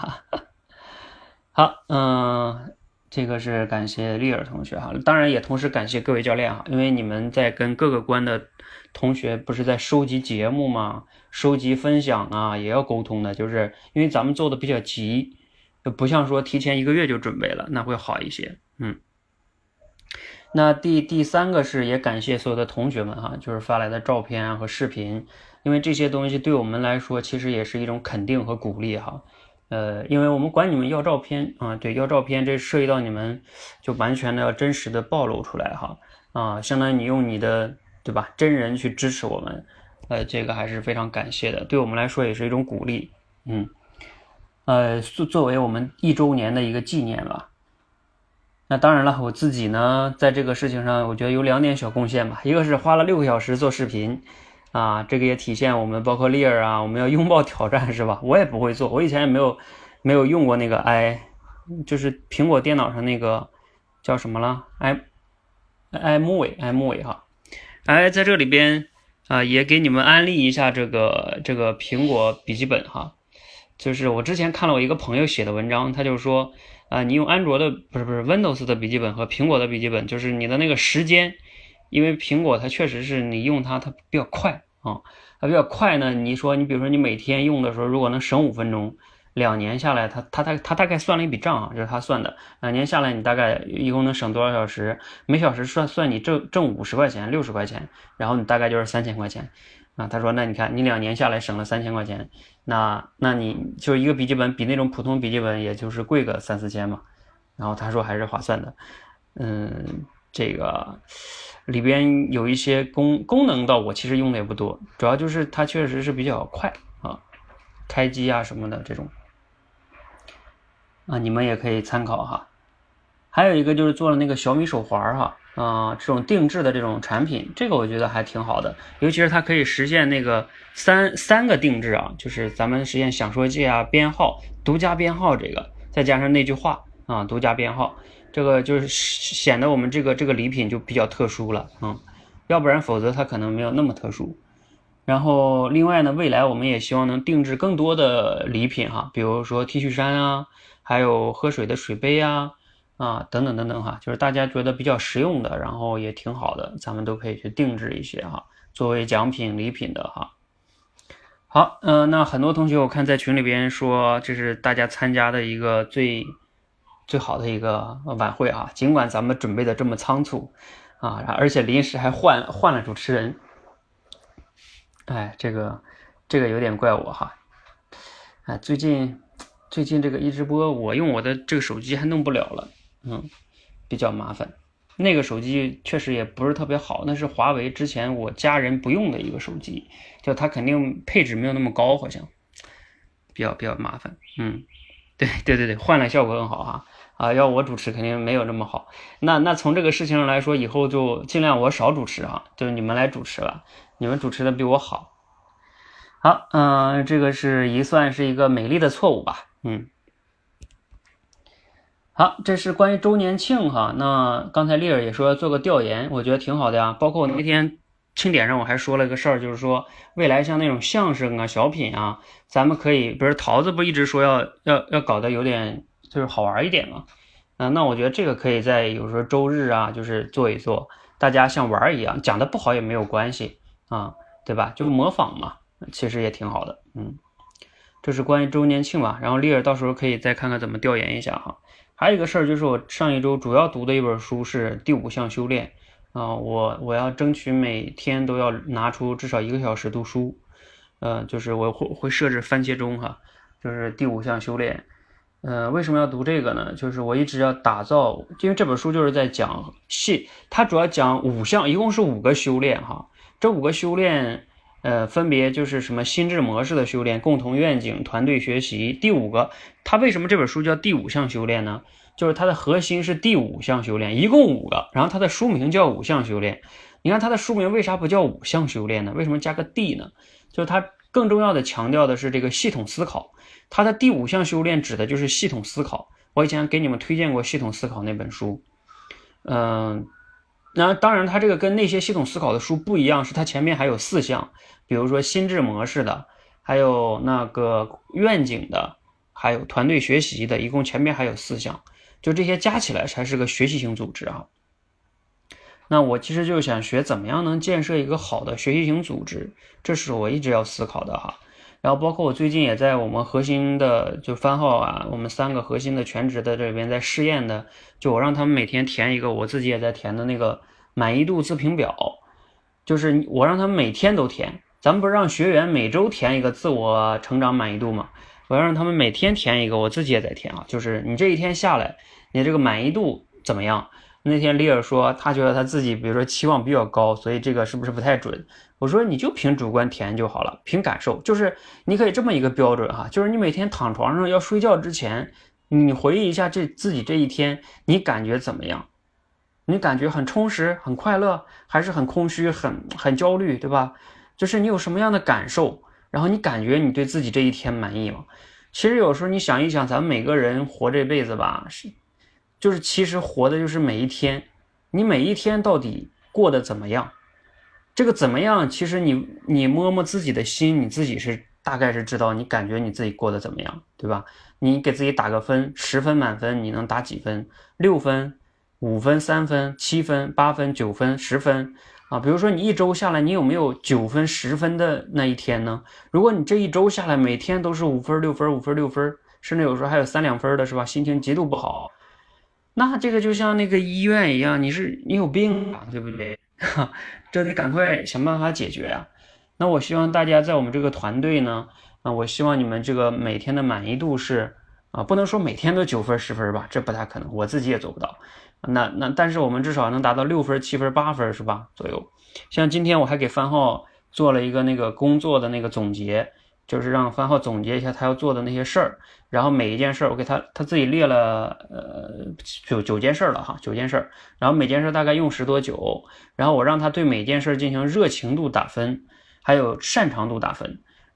好，这个是感谢丽儿同学哈，当然也同时感谢各位教练哈，因为你们在跟各个关的同学不是在收集节目吗？收集分享也要沟通的，就是因为咱们做的比较急，不像说提前1个月就准备了，那会好一些。那第三个是也感谢所有的同学们哈，就是发来的照片和视频，因为这些东西对我们来说其实也是一种肯定和鼓励哈。因为我们管你们要照片对，要照片这涉及到你们就完全的要真实的暴露出来哈相当于你用你的对吧真人去支持我们，这个还是非常感谢的，对我们来说也是一种鼓励。作为我们1周年的一个纪念吧。那当然了，我自己呢在这个事情上我觉得有2点小贡献吧，一个是花了6个小时做视频这个也体现我们包括丽儿我们要拥抱挑战是吧？我也不会做，我以前也没有用过那个就是苹果电脑上那个叫什么了iMovie哈。在这里边也给你们安利一下这个苹果笔记本哈。就是我之前看了我一个朋友写的文章，他就说你用安卓的不是 Windows 的笔记本和苹果的笔记本，就是你的那个时间，因为苹果它确实是你用它比较快它比较快呢，你说你比如说你每天用的时候如果能省5分钟，2年下来他大概算了一笔账这是他算的，2年下来你大概一共能省多少小时，每小时算你挣50块钱60块钱，然后你大概就是3000块钱他说那你看你2年下来省了3000块钱，那你就一个笔记本比那种普通笔记本也就是贵个3-4千嘛，然后他说还是划算的。这个里边有一些功能到我其实用的也不多，主要就是它确实是比较快开机什么的这种你们也可以参考哈。还有一个就是做了那个小米手环这种定制的这种产品，这个我觉得还挺好的，尤其是它可以实现那个三个定制就是咱们实现享说界编号独家编号，这个再加上那句话独家编号，这个就是显得我们这个礼品就比较特殊了要不然否则它可能没有那么特殊。然后另外呢，未来我们也希望能定制更多的礼品哈，比如说 T 恤衫啊，还有喝水的水杯啊，等等等等哈，就是大家觉得比较实用的，然后也挺好的，咱们都可以去定制一些哈，作为奖品礼品的哈。好，那很多同学我看在群里边说，这是大家参加的一个最好的一个晚会啊，尽管咱们准备的这么仓促啊，而且临时还换了主持人，哎，这个有点怪我哈，哎，最近这个一直播，我用我的这个手机还弄不了了，比较麻烦。那个手机确实也不是特别好，那是华为之前我家人不用的一个手机，就它肯定配置没有那么高，好像比较麻烦。对，换了效果更好哈。要我主持肯定没有这么好。那从这个事情上来说，以后就尽量我少主持啊，就是你们来主持了，你们主持的比我好。好，这个算是一个美丽的错误吧。好，这是关于周年庆哈。那刚才丽儿也说要做个调研，我觉得挺好的呀。包括那天庆典上我还说了个事儿，就是说未来像那种相声啊、小品啊，咱们可以，比如桃子不一直说要搞得有点就是好玩一点嘛。那我觉得这个可以在有时候周日啊，就是做一做，大家像玩一样，讲的不好也没有关系啊，对吧？就模仿嘛，其实也挺好的。这是关于周年庆吧。然后丽儿到时候可以再看看怎么调研一下哈。还有一个事儿就是我上一周主要读的一本书是第5项修炼我要争取每天都要拿出至少1个小时读书，就是我会设置番茄钟哈，就是第5项修炼。为什么要读这个呢？就是我一直要打造，因为这本书就是在讲它主要讲5项，一共是5个修炼哈。这5个修炼分别就是什么心智模式的修炼、共同愿景、团队学习。第5个，它为什么这本书叫第5项修炼呢？就是它的核心是第5项修炼，一共5个，然后它的书名叫5项修炼。你看它的书名为啥不叫5项修炼呢？为什么加个 D 呢？就是它更重要的强调的是这个系统思考。它的第5项修炼指的就是系统思考。我以前给你们推荐过系统思考那本书。那当然它这个跟那些系统思考的书不一样，是它前面还有4项，比如说心智模式的，还有那个愿景的，还有团队学习的，一共前面还有4项，就这些加起来才是个学习型组织啊。那我其实就想学怎么样能建设一个好的学习型组织，这是我一直要思考的哈。然后包括我最近也在我们核心的就番号啊，我们3个核心的全职的这边在试验的，就我让他们每天填一个，我自己也在填的那个满意度自评表，就是我让他们每天都填。咱们不是让学员每周填一个自我成长满意度吗？我要让他们每天填一个，我自己也在填啊，就是你这一天下来，你这个满意度怎么样？那天李尔说他觉得他自己比如说期望比较高，所以这个是不是不太准？我说你就凭主观填就好了，凭感受，就是你可以这么一个标准哈，就是你每天躺床上要睡觉之前，你回忆一下自己这一天你感觉怎么样？你感觉很充实很快乐，还是很空虚很焦虑，对吧？就是你有什么样的感受，然后你感觉你对自己这一天满意吗？其实有时候你想一想，咱们每个人活这辈子吧，就是其实活的就是每一天，你每一天到底过得怎么样？这个怎么样，其实你摸摸自己的心，你自己是大概是知道，你感觉你自己过得怎么样，对吧？你给自己打个分，10分满分你能打几分？6分、5分、3分、7分、8分、9分、10分啊？比如说你一周下来，你有没有9分、10分的那一天呢？如果你这一周下来每天都是5分、6分、5分、6分，甚至有时候还有3、2分的，是吧？心情极度不好，那这个就像那个医院一样，你有病啊，对不对？这得赶快想办法解决啊。那我希望大家在我们这个团队呢，我希望你们这个每天的满意度是不能说每天都9分10分吧，这不太可能，我自己也做不到。但是我们至少能达到6分7分8分是吧左右。像今天我还给番号做了一个那个工作的那个总结，就是让番号总结一下他要做的那些事儿，然后每一件事我给他自己列了9件事了哈，9件事，然后每件事大概用10多久，然后我让他对每件事进行热情度打分，还有擅长度打分。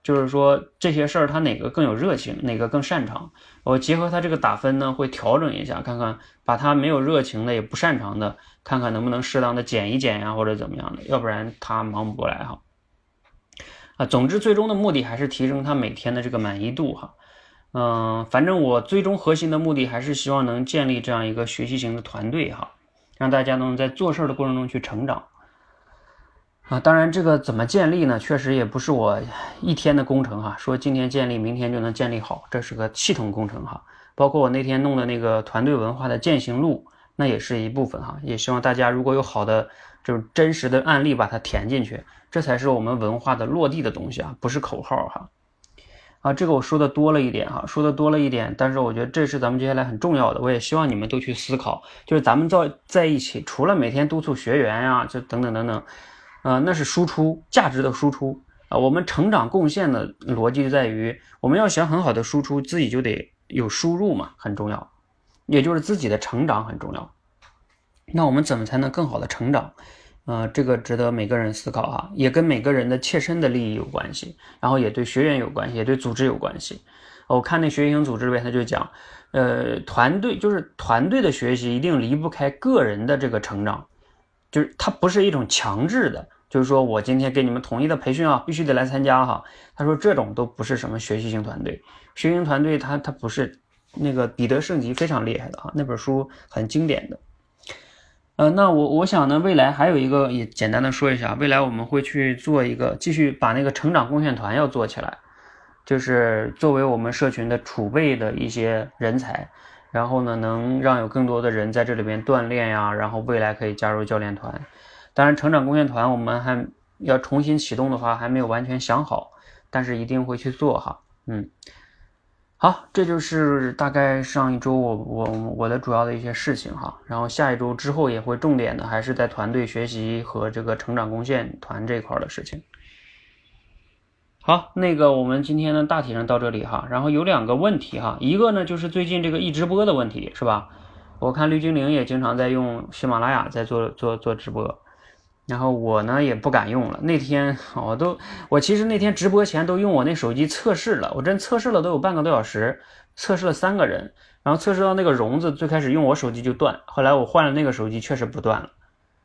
就是说这些事儿他哪个更有热情，哪个更擅长，我结合他这个打分呢，会调整一下，看看把他没有热情的也不擅长的，看看能不能适当的减一减呀，或者怎么样的，要不然他忙不过来哈。总之最终的目的还是提升他每天的这个满意度哈。反正我最终核心的目的还是希望能建立这样一个学习型的团队哈，让大家能在做事的过程中去成长。当然这个怎么建立呢，确实也不是我一天的工程哈，说今天建立明天就能建立好，这是个系统工程哈。包括我那天弄的那个团队文化的践行录，那也是一部分哈，也希望大家如果有好的就是真实的案例把它填进去，这才是我们文化的落地的东西啊，不是口号哈。这个我说的多了一点哈，但是我觉得这是咱们接下来很重要的，我也希望你们都去思考，就是咱们在一起，除了每天督促学员呀，就等等等等。那是输出价值的输出我们成长贡献的逻辑在于，我们要想很好的输出，自己就得有输入嘛，很重要，也就是自己的成长很重要。那我们怎么才能更好的成长？这个值得每个人思考哈，也跟每个人的切身的利益有关系，然后也对学员有关系，也对组织有关系。我看那学习型组织里面他就讲，团队的学习一定离不开个人的这个成长，就是它不是一种强制的。就是说我今天给你们统一的培训啊，必须得来参加哈。他说这种都不是什么学习型团队，学习型团队它不是那个彼得圣吉非常厉害的哈，那本书很经典的。那我想呢，未来还有一个也简单的说一下，未来我们会去做一个继续把那个成长贡献团要做起来，就是作为我们社群的储备的一些人才，然后呢能让有更多的人在这里边锻炼呀，然后未来可以加入教练团。当然成长贡献团我们还要重新启动的话还没有完全想好，但是一定会去做哈。好，这就是大概上一周我的主要的一些事情哈，然后下一周之后也会重点的还是在团队学习和这个成长贡献团这块的事情。好，那个我们今天呢大体上到这里哈，然后有两个问题哈，一个呢就是最近这个一直播的问题是吧？我看绿精灵也经常在用喜马拉雅在做直播。然后我呢也不敢用了，那天我其实那天直播前都用我那手机测试了，我真测试了都有半个多小时，测试了3个人，然后测试到那个笼子最开始用我手机就断，后来我换了那个手机确实不断了。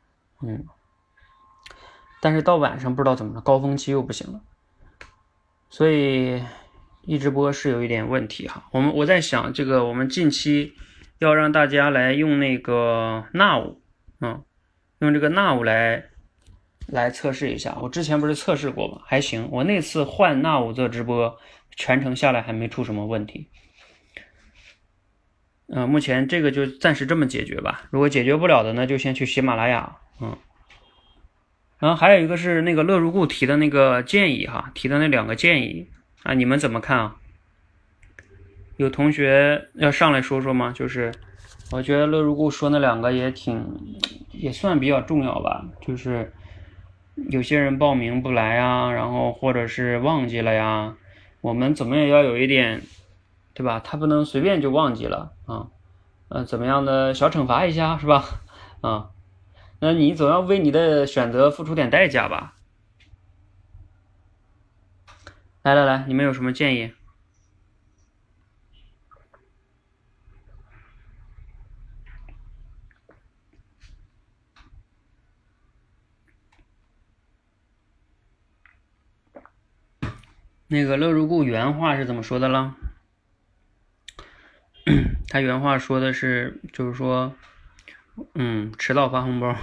但是到晚上不知道怎么了，高峰期又不行了，所以一直播是有一点问题哈。我在想这个我们近期要让大家来用那个 Now 用这个 Now 来测试一下，我之前不是测试过吗？还行，我那次换 Now 做直播全程下来还没出什么问题。目前这个就暂时这么解决吧，如果解决不了的呢就先去喜马拉雅。然后还有一个是那个乐如故提的那个建议哈，提的那2个建议你们怎么看啊？有同学要上来说说吗？就是我觉得乐如故说那2个也算比较重要吧，就是有些人报名不来呀，然后或者是忘记了呀，我们怎么也要有一点，对吧？他不能随便就忘记了怎么样的小惩罚一下是吧？那你总要为你的选择付出点代价吧。来，你们有什么建议？那个乐如故原话是怎么说的了？他原话说的是，就是说，迟到发红包。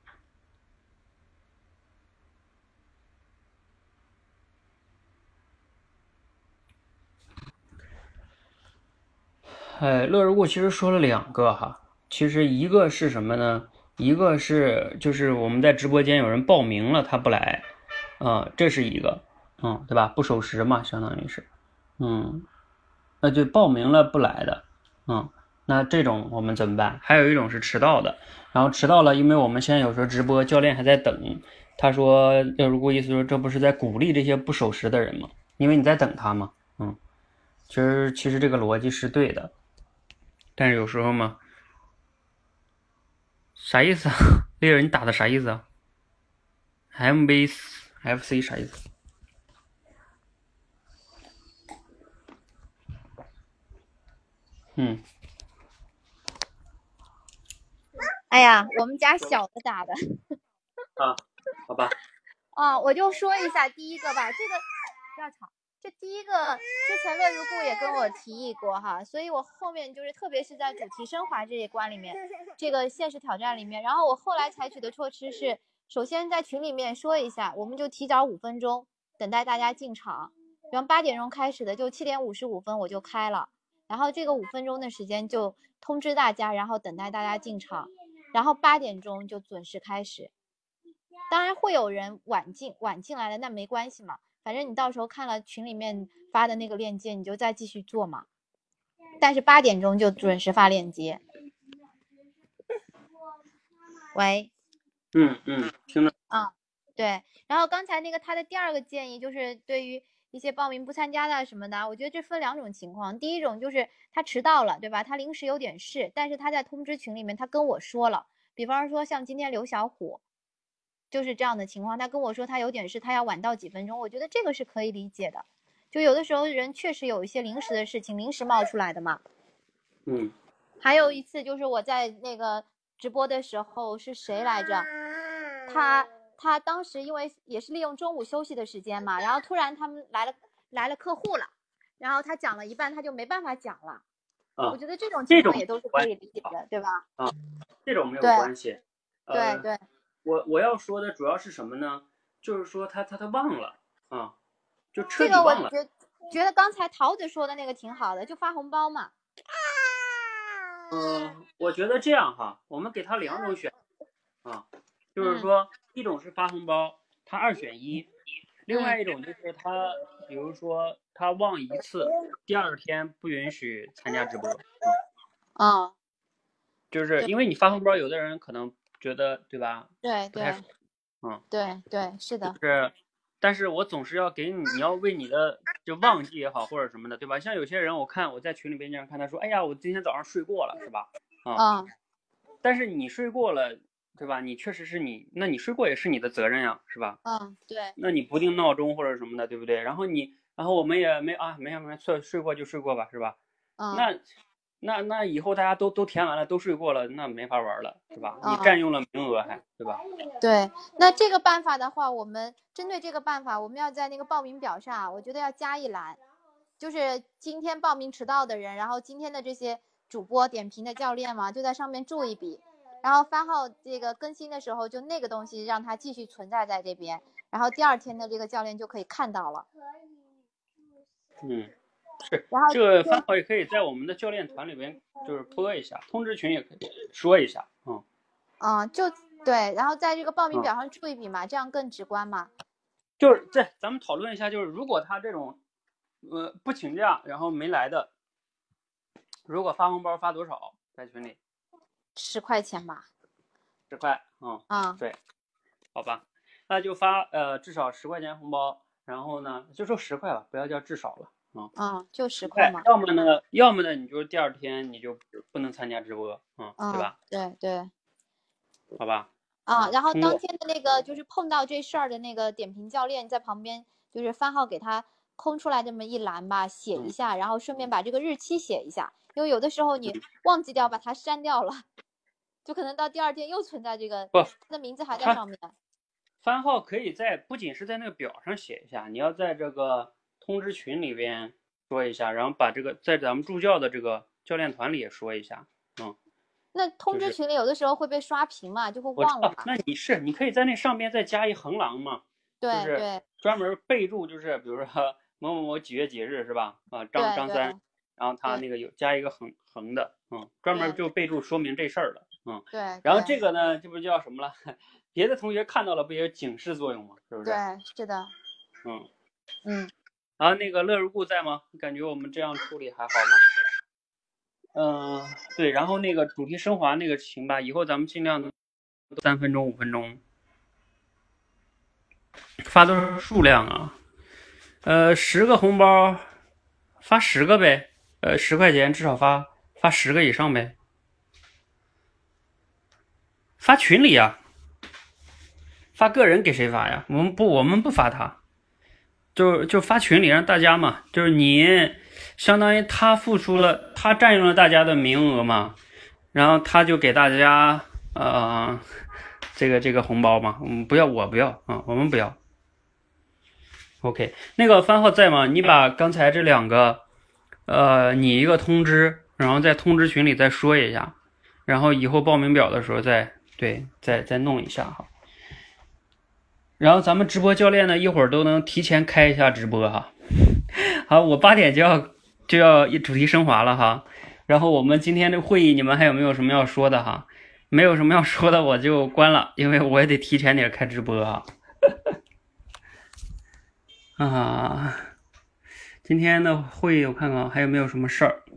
乐如故其实说了2个哈，其实一个是什么呢？一个是就是我们在直播间有人报名了他不来，这是一个，对吧？不守时嘛，相当于是，那就报名了不来的，那这种我们怎么办？还有一种是迟到的，然后迟到了，因为我们现在有时候直播教练还在等，他说乐如故意思说这不是在鼓励这些不守时的人吗？因为你在等他嘛，其实这个逻辑是对的。但是有时候嘛，啥意思啊？猎人你打的啥意思啊 ？MVFC 啥意思？ 哎呀，我们家小的打的。 啊，好吧。 我就说一下第一个吧，这个不要吵。这第一个之前乐如故也跟我提议过哈，所以我后面就是特别是在主题升华这一关里面，这个现实挑战里面，然后我后来采取的措施是，首先在群里面说一下，我们就提早5分钟等待大家进场，比方8点钟开始的，就7点55分我就开了，然后这个5分钟的时间就通知大家，然后等待大家进场，然后8点钟就准时开始。当然会有人晚进来的，那没关系嘛，反正你到时候看了群里面发的那个链接，你就再继续做嘛。但是8点钟就准时发链接。喂。 听着。 对。然后刚才那个他的第二个建议就是对于一些报名不参加的什么的，我觉得这分2种情况。第一种就是他迟到了，对吧？他临时有点事，但是他在通知群里面他跟我说了，比方说像今天刘小虎。就是这样的情况，他跟我说他有点事，他要晚到几分钟，我觉得这个是可以理解的。就有的时候人确实有一些临时的事情，临时冒出来的嘛。还有一次就是我在那个直播的时候是谁来着？他当时因为也是利用中午休息的时间嘛，然后突然他们来了客户了，然后他讲了一半他就没办法讲了。我觉得这种情况也都是可以理解的，对吧？ 这种没有关系。 对。 我要说的主要是什么呢？就是说他忘了就彻底忘了。 这个我觉得刚才桃子说的那个挺好的，就发红包嘛。 我觉得这样哈，我们给他2种选就是说一种是发红包，他2选1，另外一种就是他比如说他忘一次，第2天不允许参加直播。就是因为你发红包，有的人可能觉得对吧？ 对。对，是的。 但是我总是要给你要为你的就忘记也好或者什么的，对吧？像有些人我看我在群里边这样看，他说哎呀我今天早上睡过了，是吧？但是你睡过了，对吧？你确实是那你睡过也是你的责任呀，是吧？ 对。 那你不定闹钟或者什么的，对不对？然后我们也没睡过就睡过吧，是吧？那以后大家都填完了，都睡过了，那没法玩了，是吧？你占用了名额还，对吧？ 对，那这个办法的话，我们针对这个办法，我们要在那个报名表上，我觉得要加一栏，就是今天报名迟到的人，然后今天的这些主播点评的教练嘛，就在上面注一笔，然后番号这个更新的时候，就那个东西让它继续存在在这边，然后第2天的这个教练就可以看到了。 是，这个番号也可以在我们的教练团里边就是播一下，通知群也可以说一下。 就对，然后在这个报名表上注一笔嘛，这样更直观嘛。 就是咱们讨论一下，就是如果他这种不请假然后没来的，如果发红包发多少在群里 ？10块钱吧。 10块。对，好吧，那就发至少10块钱红包，然后呢就说10块吧，不要叫至少了。 就10块嘛。 要么呢你就第2天你就不能参加直播，对吧？ 对。 好吧。 然后当天的那个就是碰到这事儿的那个点评教练在旁边，就是番号给他空出来这么一栏吧，写一下，然后顺便把这个日期写一下，因为有的时候你忘记掉把它删掉了，就可能到第2天又存在这个，他的名字还在上面。 番号可以不仅是在那个表上写一下，你要在这个通知群里边说一下，然后把这个在咱们助教的这个教练团里也说一下。 那通知群里有的时候会被刷屏嘛，就会忘了嘛。 那你可以在那上边再加一横栏嘛， 对， 专门备注，就是比如说某某某几月几日是吧？张三，然后他那个有加一个横的，专门就备注说明这事儿了。 对。 然后这个呢，这不叫什么了？别的同学看到了不也有警示作用吗？是不是？ 对，是的。 然后那个乐如故在吗？你感觉我们这样处理还好吗？对，然后那个主题升华那个行吧，以后咱们尽量3分钟5分钟。发多少数量啊？10个红包发10个呗，10块钱至少发10个以上呗。发群里啊，发个人给谁发呀？我们不发他，就发群里让大家嘛，就是相当于他付出了，他占用了大家的名额嘛，然后他就给大家这个红包嘛，不要，我不要啊，我们不要。OK， 那个番号在吗？你把刚才这2个你一个通知，然后在通知群里再说一下，然后以后报名表的时候再弄一下哈。然后咱们直播教练呢，一会儿都能提前开一下直播哈。好，我8点就要主题升华了哈。然后我们今天的会议，你们还有没有什么要说的哈？没有什么要说的我就关了，因为我也得提前点开直播哈。今天的会议我看看还有没有什么事儿。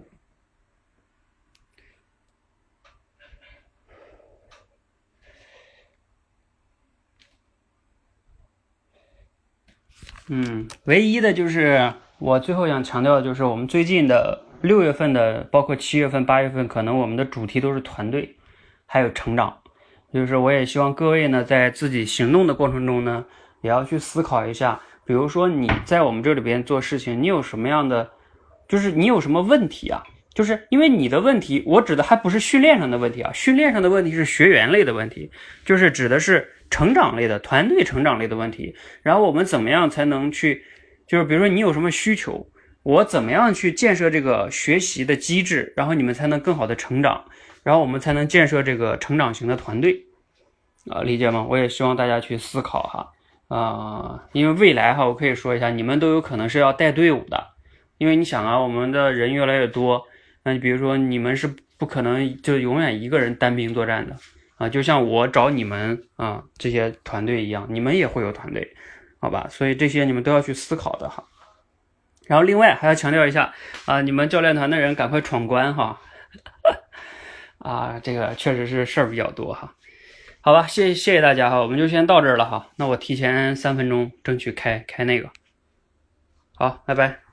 唯一的就是我最后想强调的就是我们最近的6月份的，包括7月份、8月份，可能我们的主题都是团队，还有成长。就是我也希望各位呢，在自己行动的过程中呢，也要去思考一下，比如说你在我们这里边做事情，你有什么样的，就是你有什么问题啊？就是因为你的问题，我指的还不是训练上的问题啊，训练上的问题是学员类的问题，就是指的是成长类的、团队成长类的问题。然后我们怎么样才能去，就是比如说你有什么需求，我怎么样去建设这个学习的机制，然后你们才能更好的成长，然后我们才能建设这个成长型的团队理解吗？我也希望大家去思考哈因为未来哈，我可以说一下，你们都有可能是要带队伍的，因为你想啊，我们的人越来越多，那你比如说你们是不可能就永远一个人单兵作战的就像我找你们这些团队一样，你们也会有团队，好吧？所以这些你们都要去思考的哈。然后另外还要强调一下你们教练团的人赶快闯关哈这个确实是事儿比较多哈。好吧，谢谢大家哈，我们就先到这儿了哈。那我提前3分钟争取开那个。好，拜拜。